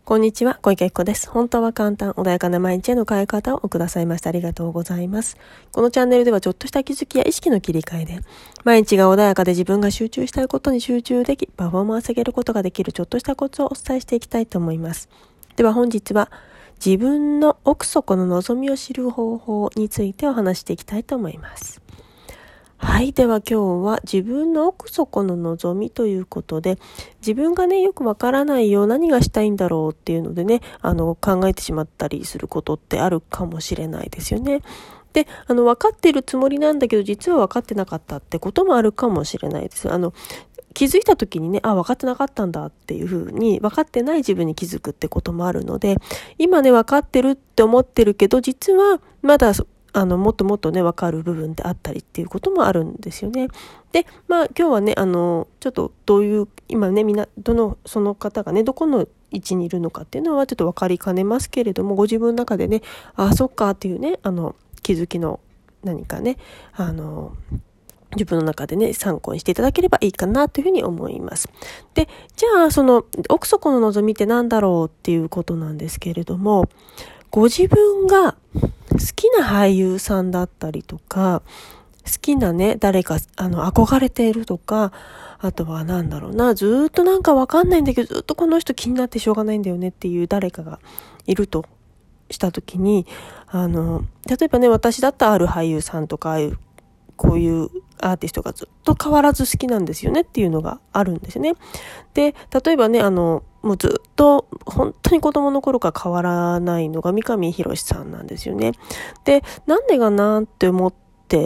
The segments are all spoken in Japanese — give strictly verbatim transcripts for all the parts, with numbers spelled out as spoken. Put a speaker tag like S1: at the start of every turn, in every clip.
S1: こんにちは、小池子です。本当は簡単、穏やかな毎日への変え方をくださいました。ありがとうございます。このチャンネルではちょっとした気づきや意識の切り替えで、毎日が穏やかで自分が集中したいことに集中でき、パフォーマンス上げることができるちょっとしたコツをお伝えしていきたいと思います。では本日は、自分の奥底の望みを知る方法についてお話していきたいと思います。はい。では今日は自分の奥底の望みということで、自分がね、よくわからないよ、何がしたいんだろうっていうのでね、あの、考えてしまったりすることってあるかもしれないですよね。で、あの、分かってるつもりなんだけど、実は分かってなかったってこともあるかもしれないです。あの、気づいた時にね、あ、分かってなかったんだっていうふうに、分かってない自分に気づくってこともあるので、今ね、分かってるって思ってるけど、実はまだ、あの、もっともっとね、わかる部分であったりっていうこともあるんですよね。で、まあ、今日はね、あの、ちょっとどういう、今ね、みんな、どの、その方がね、どこの位置にいるのかっていうのはちょっとわかりかねますけれども、ご自分の中でね、あ、そっかっていうね、あの、気づきの何かね、あの、自分の中でね、参考にしていただければいいかなというふうに思います。で、じゃあ、その、奥底の望みって何だろうっていうことなんですけれども、ご自分が好きな俳優さんだったりとか、好きなね、誰か、あの、憧れているとか、あとはなんだろうな、ずーっとなんかわかんないんだけど、ずっとこの人気になってしょうがないんだよねっていう誰かがいるとしたときに、あの、例えばね、私だったらある俳優さんとか、ああいうこういうアーティストがずっと変わらず好きなんですよねっていうのがあるんですよね。で、例えばね、あの、もうずっと本当に子供の頃から変わらないのが三上博史さんなんですよね。で、なんでかなって思って、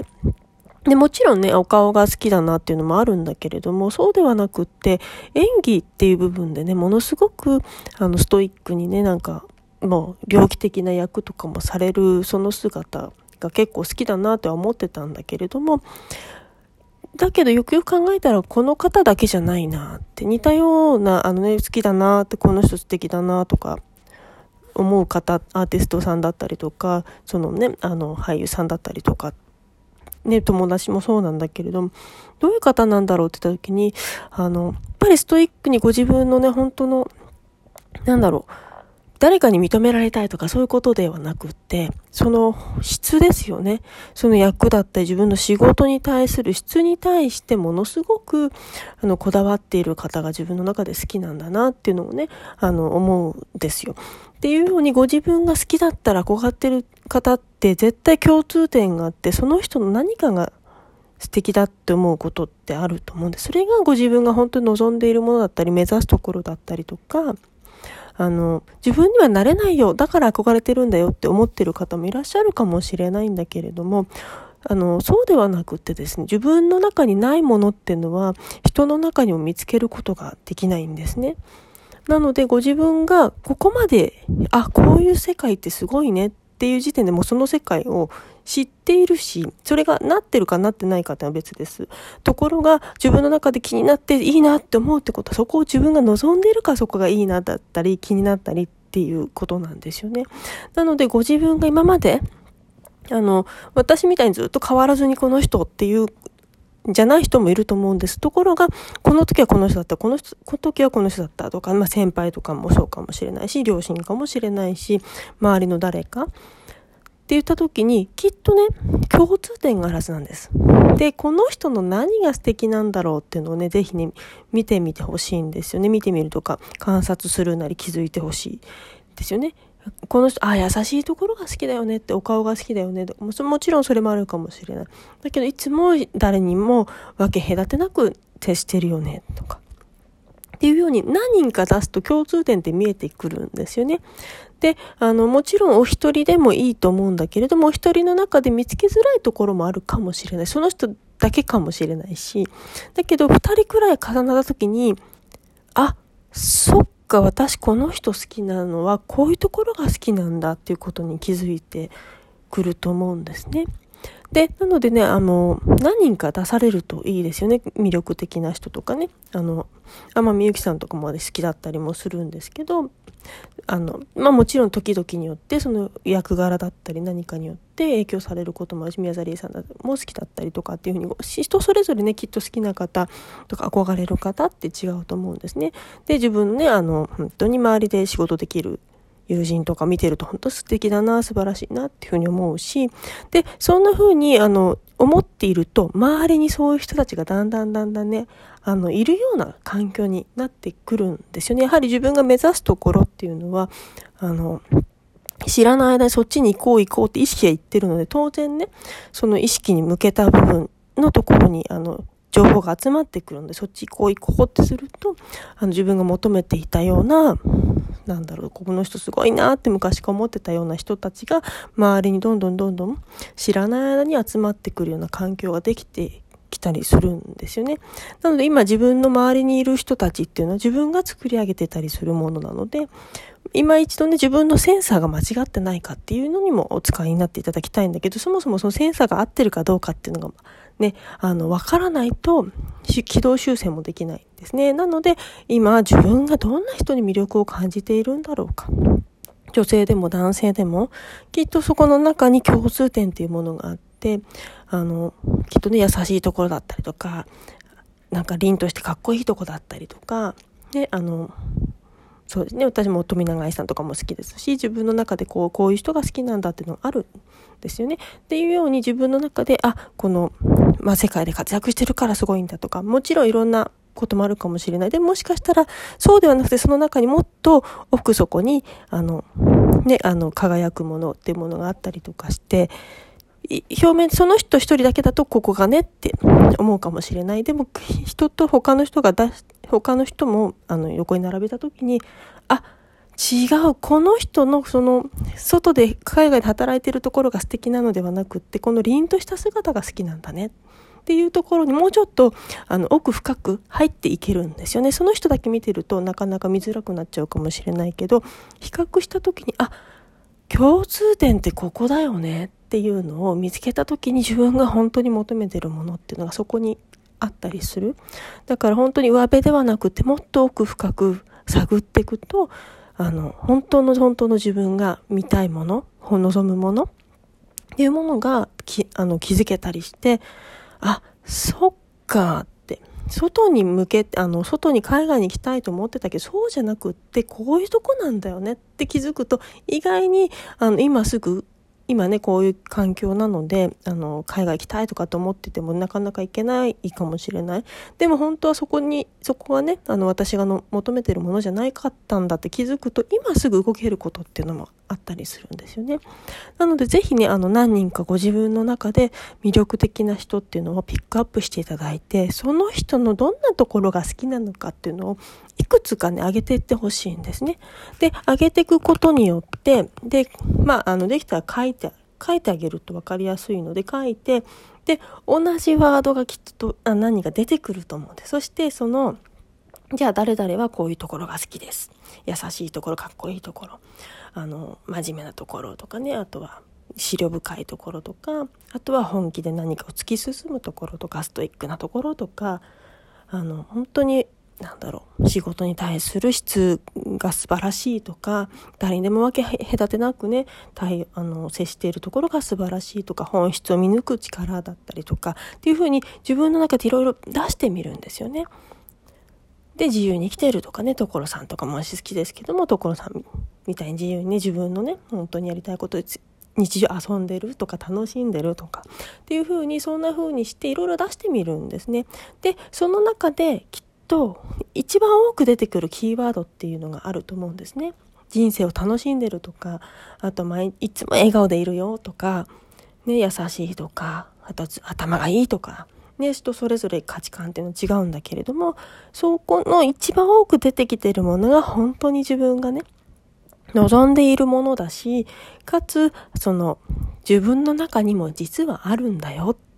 S1: で、もちろんね、お顔が好きだなっていうのもあるんだけれども、そうではなくって、演技っていう部分でね、ものすごく、あの、ストイックにね、なんか、もう、猟奇的な役とかもされる、その姿が結構好きだなとは思ってたんだけれども、だけどよくよく考えたらこの方だけじゃないなって似たようなあのね好きだなってこの人素敵だなとか思う方アーティストさんだったりとかそのねあの俳優さんだったりとかね友達もそうなんだけれどもどういう方なんだろうって言った時にあのやっぱりストイックにご自分のね本当のなんだろう誰かに認められたいとかそういうことではなくって、その質ですよね。その役だったり自分の仕事に対する質に対してものすごくあのこだわっている方が自分の中で好きなんだなっていうのをね、あの思うんですよ。っていうようにご自分が好きだったら憧れてる方って絶対共通点があって、その人の何かが素敵だって思うことってあると思うんです。それがご自分が本当に望んでいるものだったり、目指すところだったりとか、あの、自分にはなれないよ。だから憧れてるんだよって思ってる方もいらっしゃるかもしれないんだけれども、あの、そうではなくってですね、自分の中にないものっていうのは、人の中にも見つけることができないんですね。なので、ご自分がここまで、あ、こういう世界ってすごいねっていう時点でもうその世界を知っているし、それがなってるかなってないかってのは別です。ところが自分の中で気になっていいなって思うってことはそこを自分が望んでいるからそこがいいなだったり気になったりっていうことなんですよね。なのでご自分が今まであの私みたいにずっと変わらずにこの人っていうじゃない人もいると思うんです。ところが、この時はこの人だった、この人、この時はこの人だったとか、まあ先輩とかもそうかもしれないし、両親かもしれないし、周りの誰か。って言った時に、きっとね、共通点があるはずなんです。で、この人の何が素敵なんだろうっていうのをね、ぜひね、見てみてほしいんですよね。見てみるとか、観察するなり気づいてほしいですよね。この人、あ、優しいところが好きだよねって、お顔が好きだよね。ももちろんそれもあるかもしれない。だけど、いつも誰にも分け隔てなく接してるよね、とか。っていうように何人か出すと共通点って見えてくるんですよね。で、あの、もちろんお一人でもいいと思うんだけれども、お一人の中で見つけづらいところもあるかもしれない。その人だけかもしれないし。だけど、二人くらい重なった時に、あ、そっか、私この人好きなのは、こういうところが好きなんだっていうことに気づいてくると思うんですね。 で、なのでね、あの、何人か出されるといいですよね。魅力的な人とかね。あの、天海祐希さんとかも好きだったりもするんですけど、あの、まあもちろん時々によって、その役柄だったり何かによって影響されることもあるし、宮沢りえさんも好きだったりとかっていうふうに、人それぞれね、きっと好きな方とか憧れる方って違うと思うんですね。で、自分ね、あの、本当に周りで仕事できる友人とか見てると本当素敵だな、素晴らしいなっていうふうに思うし、で、そんなふうに、あの、思っていると、周りにそういう人たちがだんだんだんだんね、あの、いるような環境になってくるんですよね。やはり自分が目指すところっていうのは、あの、知らない間にそっちに行こう行こうって意識がいってるので、当然ね、その意識に向けた部分のところに、あの、情報が集まってくるので、そっち行こう行こうってすると、あの、自分が求めていたような、なんだろう、この人すごいなって昔から思ってたような人たちが周りにどんどんどんどん知らない間に集まってくるような環境ができてきたりするんですよね。なので今自分の周りにいる人たちっていうのは自分が作り上げてたりするものなので、今一度ね、自分のセンサーが間違ってないかっていうのにもお使いになっていただきたいんだけど、そもそもそのセンサーが合ってるかどうかっていうのがね、あの、わからないと軌道修正もできないんですね。なので、今自分がどんな人に魅力を感じているんだろうか。女性でも男性でも、きっとそこの中に共通点っていうものがあって、あの、きっとね、優しいところだったりとか、なんか凛としてかっこいいところだったりとか、ね、あの、そうですね。私も富永愛さんとかも好きですし、自分の中でこう、こういう人が好きなんだっていうのがあるんですよね。っていうように自分の中で、あ、この、まあ、世界で活躍してるからすごいんだとか、もちろんいろんなこともあるかもしれない。でも、もしかしたら、そうではなくて、その中にもっと奥底に、あの、ね、あの、輝くものっていうものがあったりとかして、表面、その人一人だけだとここがねって思うかもしれない。でも、人と他の人が出し、他の人もあの横に並べたときに、あ、違う、この人のその外で海外で働いているところが素敵なのではなくって、この凛とした姿が好きなんだねっていうところにもうちょっとあの奥深く入っていけるんですよね。その人だけ見てるとなかなか見づらくなっちゃうかもしれないけど、比較したときに、あ、共通点ってここだよねっていうのを見つけたときに、自分が本当に求めてるものっていうのがそこにあったりする。だから本当に上辺ではなくて、もっと奥深く探っていくと、あの本当の本当の自分が見たいもの、望むものっていうものがきあの気づけたりして、あ、そっかって、外に向けて、あの外に海外に行きたいと思ってたけど、そうじゃなくってこういうとこなんだよねって気づくと、意外にあの今すぐ今ね、こういう環境なので、あの、海外行きたいとかと思っててもなかなか行けないかもしれない。でも本当はそこに、そこはね、あの、私がの求めてるものじゃないかったんだって気づくと、今すぐ動けることっていうのもあったりするんですよね。なのでぜひね、あの、何人かご自分の中で魅力的な人っていうのをピックアップしていただいて、その人のどんなところが好きなのかっていうのをいくつかね、上げていってほしいんですね。で、上げていくことによって、で、まあ、あの、できたら書いて、書いてあげると分かりやすいので書いて、で、同じワードがきっとあ何が出てくると思うんで、そしてその、じゃあ誰々はこういうところが好きです。優しいところ、かっこいいところ、あの、真面目なところとかね、あとは、思慮深いところとか、あとは本気で何かを突き進むところとか、ストイックなところとか、あの、本当に、なんだろう、仕事に対する質が素晴らしいとか、誰にでも分け隔てなくね、対あの接しているところが素晴らしいとか、本質を見抜く力だったりとかっていう風に自分の中でいろいろ出してみるんですよね。で、自由に生きているとかね、所さんとかも私好きですけども、所さんみたいに自由にね、自分のね、本当にやりたいことで日常遊んでるとか楽しんでるとかっていう風に、そんな風にしていろいろ出してみるんですね。で、その中できっと一番多く出てくるキーワードっていうのがあると思うんですね。人生を楽しんでるとか、あと毎いつも笑顔でいるよとか、ね、優しいとか、あと頭がいいとか、ね、人それぞれ価値観っていうのは違うんだけれども、そこの一番多く出てきているものが本当に自分がね、望んでいるものだし、かつその自分の中にも実はあるんだよっ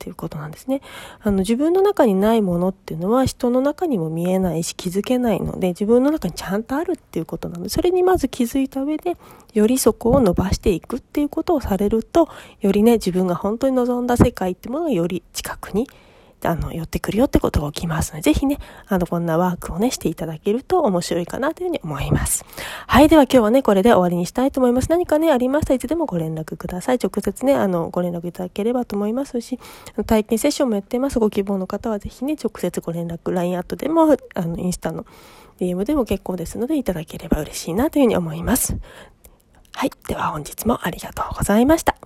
S1: っていうことなんですね。あの、自分の中にないものっていうのは人の中にも見えないし気づけないので、自分の中にちゃんとあるっていうことなので、それにまず気づいた上で、よりそこを伸ばしていくっていうことをされると、よりね、自分が本当に望んだ世界っていうものがより近くにあの、寄ってくるよってことが起きますので、ぜひね、あの、こんなワークをね、していただけると面白いかなというふうに思います。はい。では今日はね、これで終わりにしたいと思います。何かね、ありましたらいつでもご連絡ください。直接ね、あの、ご連絡いただければと思いますし、体験セッションもやってます。ご希望の方はぜひね、直接ご連絡、ライン アットでも、あの、インスタの ディーエム でも結構ですので、いただければ嬉しいなというふうに思います。はい。では本日もありがとうございました。